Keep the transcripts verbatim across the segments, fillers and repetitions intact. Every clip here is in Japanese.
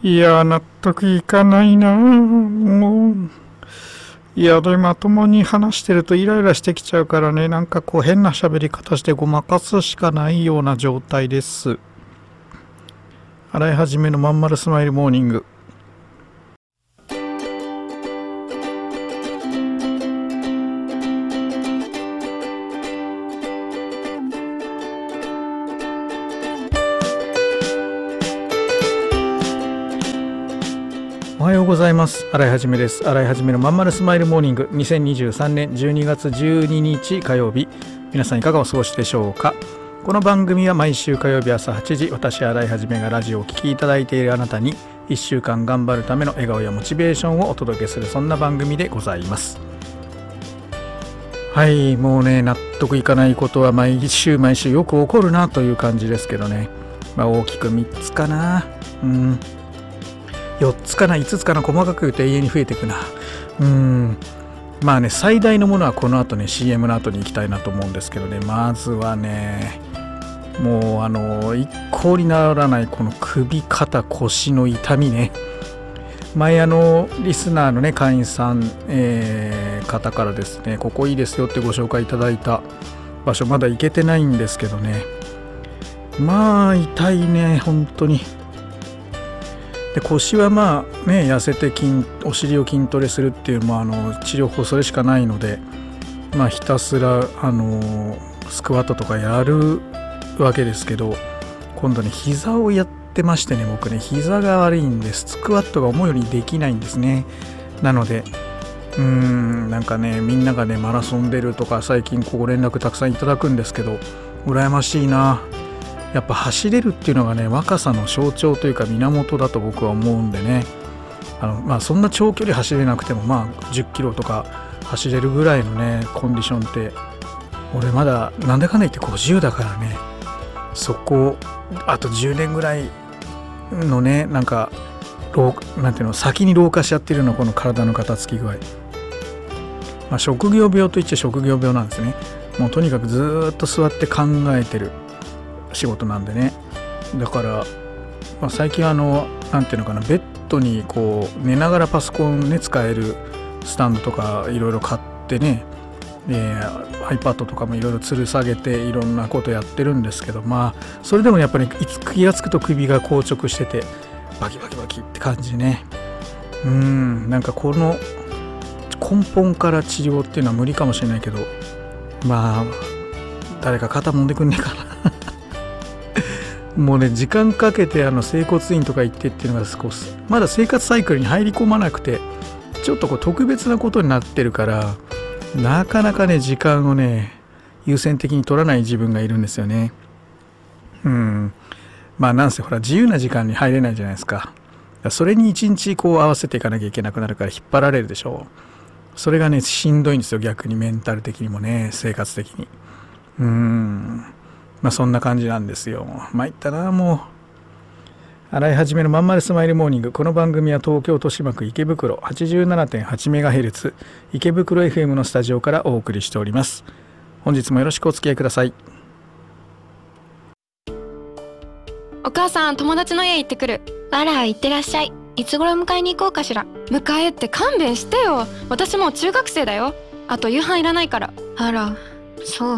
いや、納得いかないな。もう。いや、で、まともに話してるとイライラしてきちゃうからね、なんかこう変な喋り方してごまかすしかないような状態です。洗い始めのまんまるスマイルモーニング。おはようございます。洗いはじめです。洗いはじめのまんまるスマイルモーニング、にせんにじゅうさんねんじゅうにがつじゅうににち火曜日。皆さんいかがお過ごしでしょうか。この番組は毎週火曜日朝はちじ、私洗いはじめがラジオを聴きいただいているあなたにいっしゅうかん頑張るための笑顔やモチベーションをお届けする、そんな番組でございます。はい、もうね、納得いかないことは毎週毎週よく起こるなという感じですけどね。まあ大きくみっつかな。うんよっつかないつつかな、細かく言うと永遠に増えていくな。うーんまあね、最大のものはこの後ね シーエム の後に行きたいなと思うんですけどね。まずはね、もうあの一向にならないこの首肩腰の痛みね。前あのリスナーのね会員さん、えー、方からですね、ここいいですよってご紹介いただいた場所、まだ行けてないんですけどね、まあ痛いね本当に。で腰はまあね、痩せて筋お尻を筋トレするっていう、まあ、あの治療法それしかないので、まあ、ひたすらあのスクワットとかやるわけですけど、今度ね膝をやってましてね、僕ね膝が悪いんです。スクワットが思うようにできないんですね。なのでうーんなんかね、みんながねマラソン出るとか最近こう連絡たくさんいただくんですけど、羨ましいな。やっぱ走れるっていうのがね、若さの象徴というか源だと僕は思うんでね。あのまあそんな長距離走れなくても、まあじゅっキロとか走れるぐらいのねコンディションって、俺まだなんだかんだ言ってごじゅうだからね、そこあとじゅうねんぐらいのね、なんか老なんていうの、先に老化しちゃってるのこの体の片付き具合。まあ、職業病といっちゃ職業病なんですね。もうとにかくずっと座って考えてる仕事なんでね。だから、まあ、最近あのなんていうのかな、ベッドにこう寝ながらパソコンね使えるスタンドとかいろいろ買ってね、で iPad とかもいろいろ吊る下げていろんなことやってるんですけど、まあそれでもやっぱりいつ気がつくと首が硬直しててバキバキバキって感じね。うーんなんかこの根本から治療っていうのは無理かもしれないけど、まあ誰か肩もんでくんねえかなもうね、時間かけてあの整骨院とか行ってっていうのが少しまだ生活サイクルに入り込まなくて、ちょっとこう特別なことになってるから、なかなかね時間をね優先的に取らない自分がいるんですよね。うんまあなんせほら自由な時間に入れないじゃないですか。それに一日こう合わせていかなきゃいけなくなるから引っ張られるでしょう。それがねしんどいんですよ、逆にメンタル的にもね、生活的に。うーんまあそんな感じなんですよ。参ったなもう。洗い始めのまんまるスマイルモーニング。この番組は東京豊島区池袋 はちじゅうななてんはちメガヘルツ 池袋 エフエム のスタジオからお送りしております。本日もよろしくお付き合いください。 お母さん、友達の家行ってくる。 あら、行ってらっしゃい。いつ頃迎えに行こうかしら。 迎えって勘弁してよ。私もう中学生だよ。あと夕飯いらないから。 あら、そう。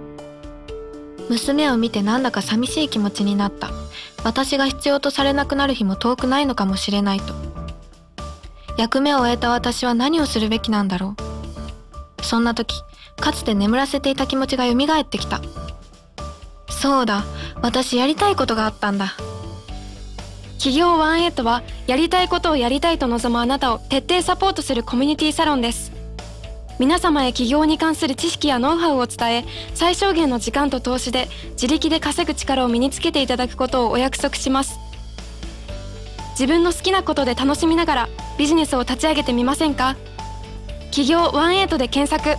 娘を見てなんだか寂しい気持ちになった。私が必要とされなくなる日も遠くないのかもしれないと。役目を終えた私は何をするべきなんだろう。そんな時、かつて眠らせていた気持ちが蘇ってきた。そうだ、私やりたいことがあったんだ。 企業ワンエイトはやりたいことをやりたいと望むあなたを徹底サポートするコミュニティサロンです。皆様へ起業に関する知識やノウハウを伝え、最小限の時間と投資で自力で稼ぐ力を身につけていただくことをお約束します。自分の好きなことで楽しみながらビジネスを立ち上げてみませんか。起業ワンエイトで検索。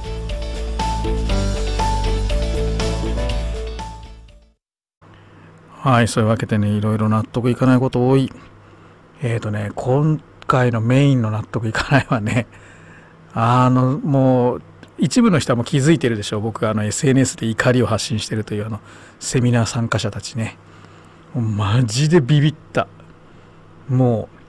はい、そういうわけでね、いろいろ納得いかないこと多い。えーとね今回のメインの納得いかないはね、あのもう一部の人はもう気づいてるでしょう。僕があの エスエヌエス で怒りを発信してるというあのセミナー参加者たちね、もうマジでビビった。もう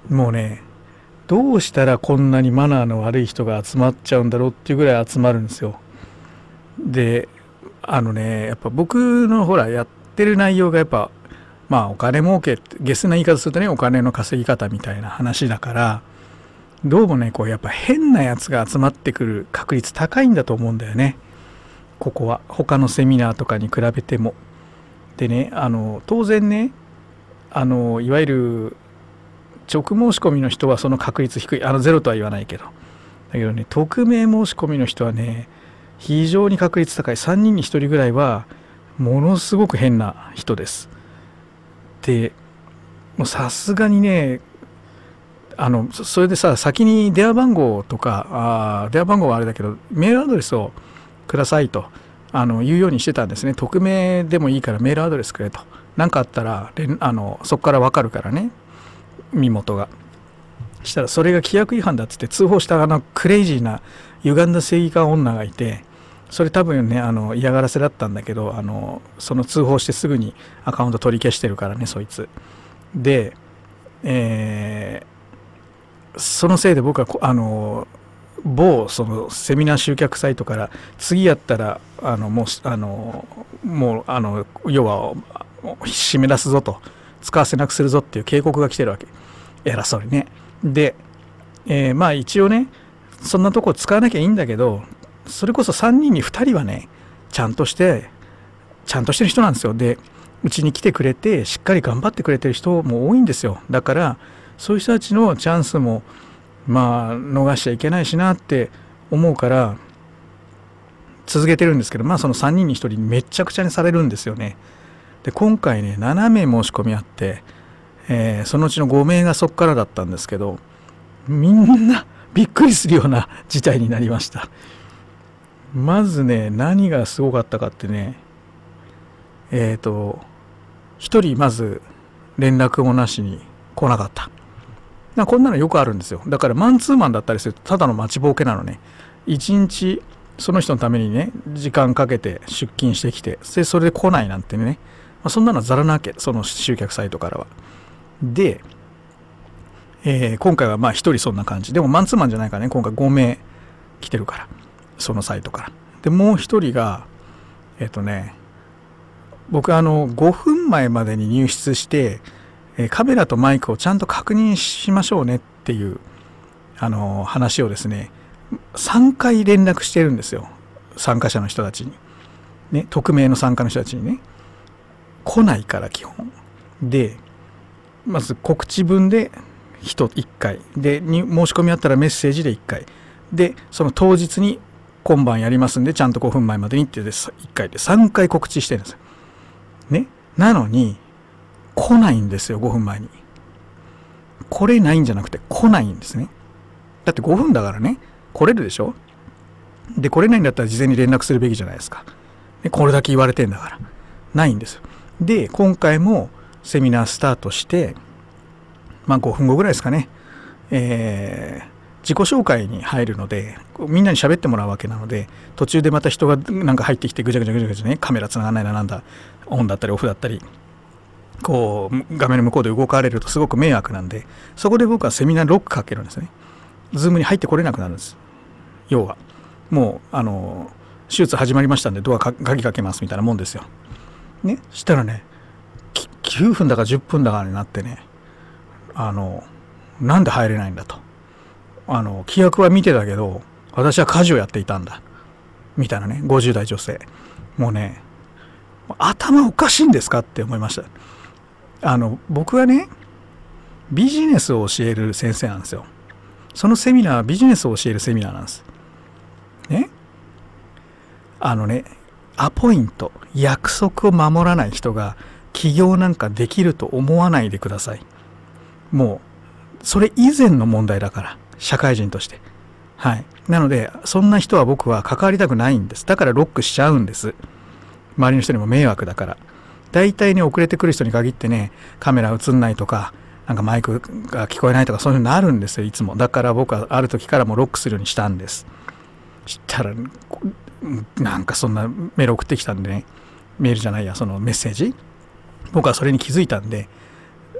もうね、どうしたらこんなにマナーの悪い人が集まっちゃうんだろうっていうぐらい集まるんですよ。で、あのね、やっぱ僕のほらやってる内容がやっぱまあお金儲けってゲスな言い方するとね、お金の稼ぎ方みたいな話だから、どうもねこうやっぱ変なやつが集まってくる確率高いんだと思うんだよね。ここは他のセミナーとかに比べても。でね、あの当然ね、あのいわゆる直申し込みの人はその確率低い、あのゼロとは言わないけど、だけどね、匿名申し込みの人はね非常に確率高い。さんにんにひとりぐらいはものすごく変な人です。でもうさすがにね、あのそれでさ、先に電話番号とか、あ電話番号はあれだけどメールアドレスをくださいとあの言うようにしてたんですね。匿名でもいいからメールアドレスくれと、何かあったらあのそこから分かるからね、身元が。したらそれが規約違反だっつって通報したあのクレイジーな歪んだ正義感女がいて、それ多分ねあの嫌がらせだったんだけど、あのその通報してすぐにアカウント取り消してるからね、そいつで、えー、そのせいで僕はあの某そのセミナー集客サイトから次やったらあのもうあのもうあの要は締め出すぞと、使わせなくするぞっていう警告が来てるわけ。偉そうにね。で、えー、まあ一応ねそんなとこ使わなきゃいいんだけど、それこそさんにんにふたりはねちゃんとしてちゃんとしてる人なんですよ。でうちに来てくれてしっかり頑張ってくれてる人も多いんですよ。だからそういう人たちのチャンスもまあ逃しちゃいけないしなって思うから続けてるんですけど、まあそのさんにんにひとりめちゃくちゃにされるんですよね。で今回ねななめい申し込みあって、えー、そのうちのごめいがそこからだったんですけど、みんなびっくりするような事態になりました。まずね何がすごかったかってね、えっとひとりまず連絡もなしに来なかった。なんかこんなのよくあるんですよ。だからマンツーマンだったりするとただの待ちぼうけなのね。一日その人のためにね時間かけて出勤してきて、でそれで来ないなんてね、まあ、そんなのザラなわけ、その集客サイトからは。で、えー、今回はまあひとりそんな感じ。でもマンツーマンじゃないからね、今回ごめい来てるから、そのサイトから。でもうひとりがえっ、ー、とね僕あのごふんまえまでに入室してカメラとマイクをちゃんと確認しましょうねっていうあの話をですねさんかい連絡してるんですよ、参加者の人たちにね、匿名の参加の人たちにね。来ないから基本で、まず告知文で人いっかいで、に申し込みあったらメッセージでいっかいで、その当日に今晩やりますんでちゃんとごふんまえまでにっていっかいでさんかい告知してるんですよね。なのに来ないんですよ。ごふんまえに来れないんじゃなくて来ないんですね。だってごふんだからね、来れるでしょ。で来れないんだったら事前に連絡するべきじゃないですか。でこれだけ言われてんだからないんですよ。で今回もセミナースタートしてまあごふんごぐらいですかね、えー自己紹介に入るのでみんなに喋ってもらうわけなので、途中でまた人がなんか入ってきてぐちゃぐちゃぐちゃぐちゃね、カメラつながらないな、なんだオンだったりオフだったりこう画面の向こうで動かれるとすごく迷惑なんで、そこで僕はセミナーロックかけるんですね。ズームに入ってこれなくなるんです。要はもうあの手術始まりましたんでドア鍵かけますみたいなもんですよね。したらねきゅうふんだかじゅっぷんだかになってね、あのなんで入れないんだと、あの規約は見てたけど私は家事をやっていたんだみたいなね、ごじゅうだい女性。もうね頭おかしいんですかって思いました。あの僕はねビジネスを教える先生なんですよ。そのセミナーはビジネスを教えるセミナーなんですね。あのねアポイント約束を守らない人が起業なんかできると思わないでください。もうそれ以前の問題だから、社会人として。はい。なのでそんな人は僕は関わりたくないんです。だからロックしちゃうんです。周りの人にも迷惑だから。だいたいね遅れてくる人に限ってねカメラ映んないとかなんかマイクが聞こえないとかそういうのあるんですよいつも。だから僕はある時からもロックするようにしたんです。したらなんかそんなメール送ってきたんでね、メールじゃないやそのメッセージ、僕はそれに気づいたんで、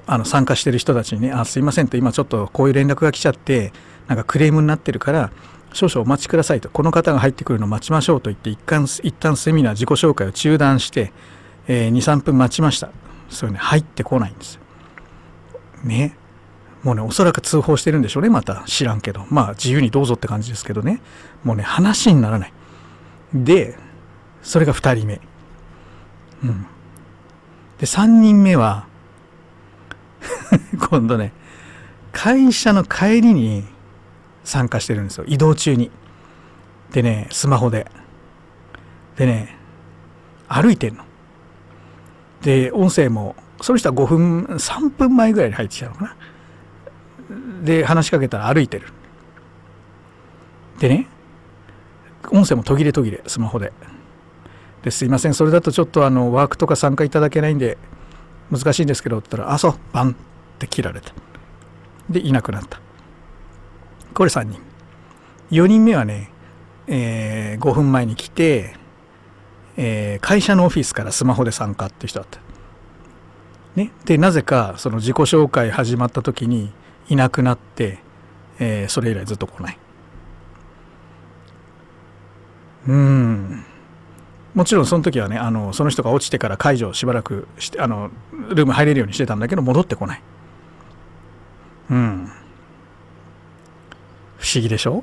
あの参加してる人たちにね、あすいませんと、今ちょっとこういう連絡が来ちゃってなんかクレームになってるから少々お待ちくださいと、この方が入ってくるのを待ちましょうと言って一旦一旦セミナー自己紹介を中断して、えー、にさんぷん待ちました。それね入ってこないんですよね。もうねおそらく通報してるんでしょうね、また知らんけど、まあ自由にどうぞって感じですけどね、もうね話にならない。でそれがふたりめ、うん、でさんにんめは今度ね会社の帰りに参加してるんですよ、移動中に。でねスマホででね歩いてんので、音声もその人はごふんさんぷんまえぐらいに入ってきたのかな。で話しかけたら歩いてる。でね音声も途切れ途切れ、スマホでですいませんそれだとちょっとあのワークとか参加いただけないんで難しいんですけどって言ったら、あそうバンって切られた。でいなくなった。これさんにん。よにんめはね、えー、ごふんまえに来て、えー、会社のオフィスからスマホで参加っていう人だった、ね、でなぜかその自己紹介始まった時にいなくなって、えー、それ以来ずっと来ない。うーんもちろんその時はねあのその人が落ちてから解除しばらくしてあのルーム入れるようにしてたんだけど戻ってこない。うん不思議でしょ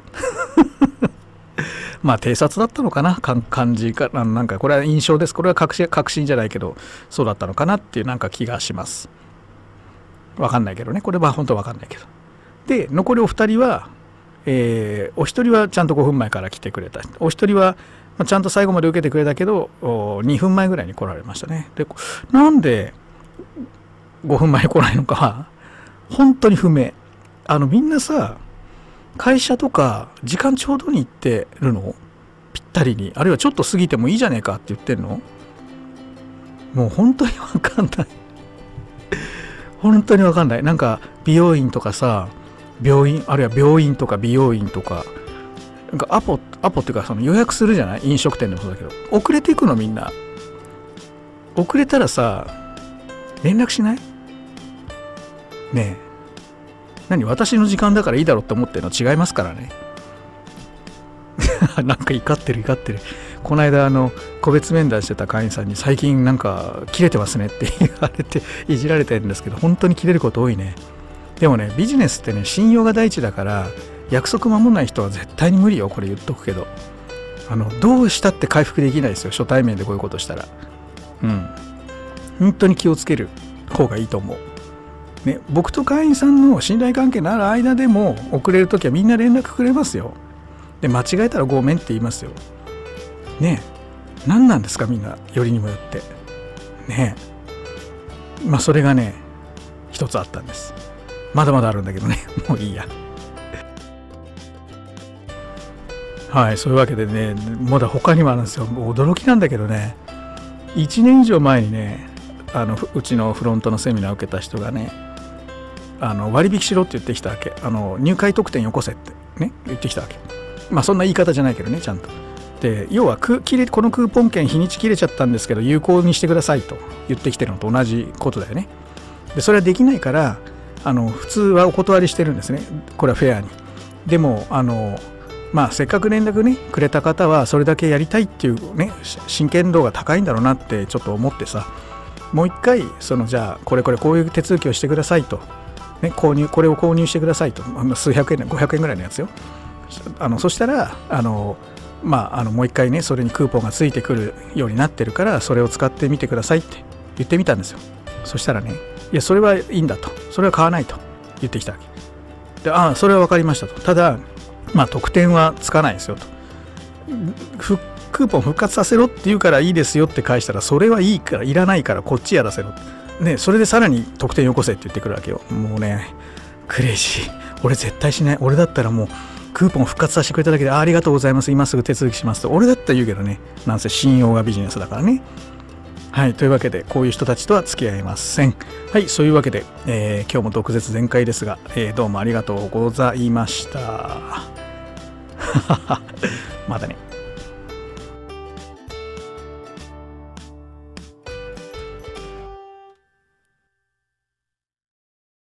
まあ偵察だったのかな、感じかなんかこれは印象です。これは確信、確信じゃないけどそうだったのかなっていうなんか気がします。わかんないけどね、これは本当わかんないけど。で残りお二人は、えー、お一人はちゃんとごふんまえから来てくれた。お一人はちゃんと最後まで受けてくれたけどにふんまえぐらいに来られましたね。でなんでごふんまえに来ないのかは本当に不明。あのみんなさ会社とか時間ちょうどに行ってるのぴったりに、あるいはちょっと過ぎてもいいじゃねえかって言ってるの。もう本当に分かんない本当に分かんない。なんか美容院とかさ病院あるいは病院とか美容院とかなんかアポアポっていうかその予約するじゃない、飲食店でもそうだけど遅れていくのみんな。遅れたらさ連絡しないねえ、何私の時間だからいいだろうって思ってるの違いますからねなんか怒ってる怒ってる。この間あの個別面談してた会員さんに最近なんか切れてますねって言われていじられてるんですけど、本当に切れること多いね。でもねビジネスってね信用が第一だから約束守らない人は絶対に無理よ。これ言っとくけどあのどうしたって回復できないですよ、初対面でこういうことしたら。うん本当に気をつける方がいいと思うね。僕と会員さんの信頼関係のある間でも遅れるときはみんな連絡くれますよ。で間違えたらごめんって言いますよね。え何なんですかみんなよりにもよってね。えまあそれがね一つあったんです。まだまだあるんだけどねもういいや。はいそういうわけでねまだ他にもあるんですよ。驚きなんだけどね、いちねん以上前にねあのうちのフロントのセミナーを受けた人がねあの割引しろって言ってきたわけ。あの入会特典よこせってね言ってきたわけ。まあそんな言い方じゃないけどねちゃんと。で要はく切れこのクーポン券日にち切れちゃったんですけど有効にしてくださいと言ってきてるのと同じことだよね。でそれはできないからあの普通はお断りしてるんですね。これはフェアに。でもあのまあせっかく連絡ねくれた方はそれだけやりたいっていうね真剣度が高いんだろうなってちょっと思ってさ、もう一回そのじゃあこれこれこういう手続きをしてくださいと、ね、購入これを購入してくださいと、数百円ごひゃくえんぐらいのやつよ。あのそしたらあのまああのもう一回ねそれにクーポンがついてくるようになってるからそれを使ってみてくださいって言ってみたんですよ。そしたらねいやそれはいいんだと、それは買わないと言ってきたわけで、ああそれは分かりましたと、ただまあ特典はつかないですよと、クーポン復活させろって言うからいいですよって返したらそれはいいからいらないからこっちやらせろね、それでさらに特典よこせって言ってくるわけよ。もうねクレイジー。俺絶対しない。俺だったらもうクーポン復活させてくれただけで あ, ありがとうございます今すぐ手続きしますと俺だったら言うけどね、なんせ信用がビジネスだからね。はいというわけでこういう人たちとは付き合いません。はいそういうわけで、えー、今日も毒舌全開ですが、えー、どうもありがとうございましたまたね。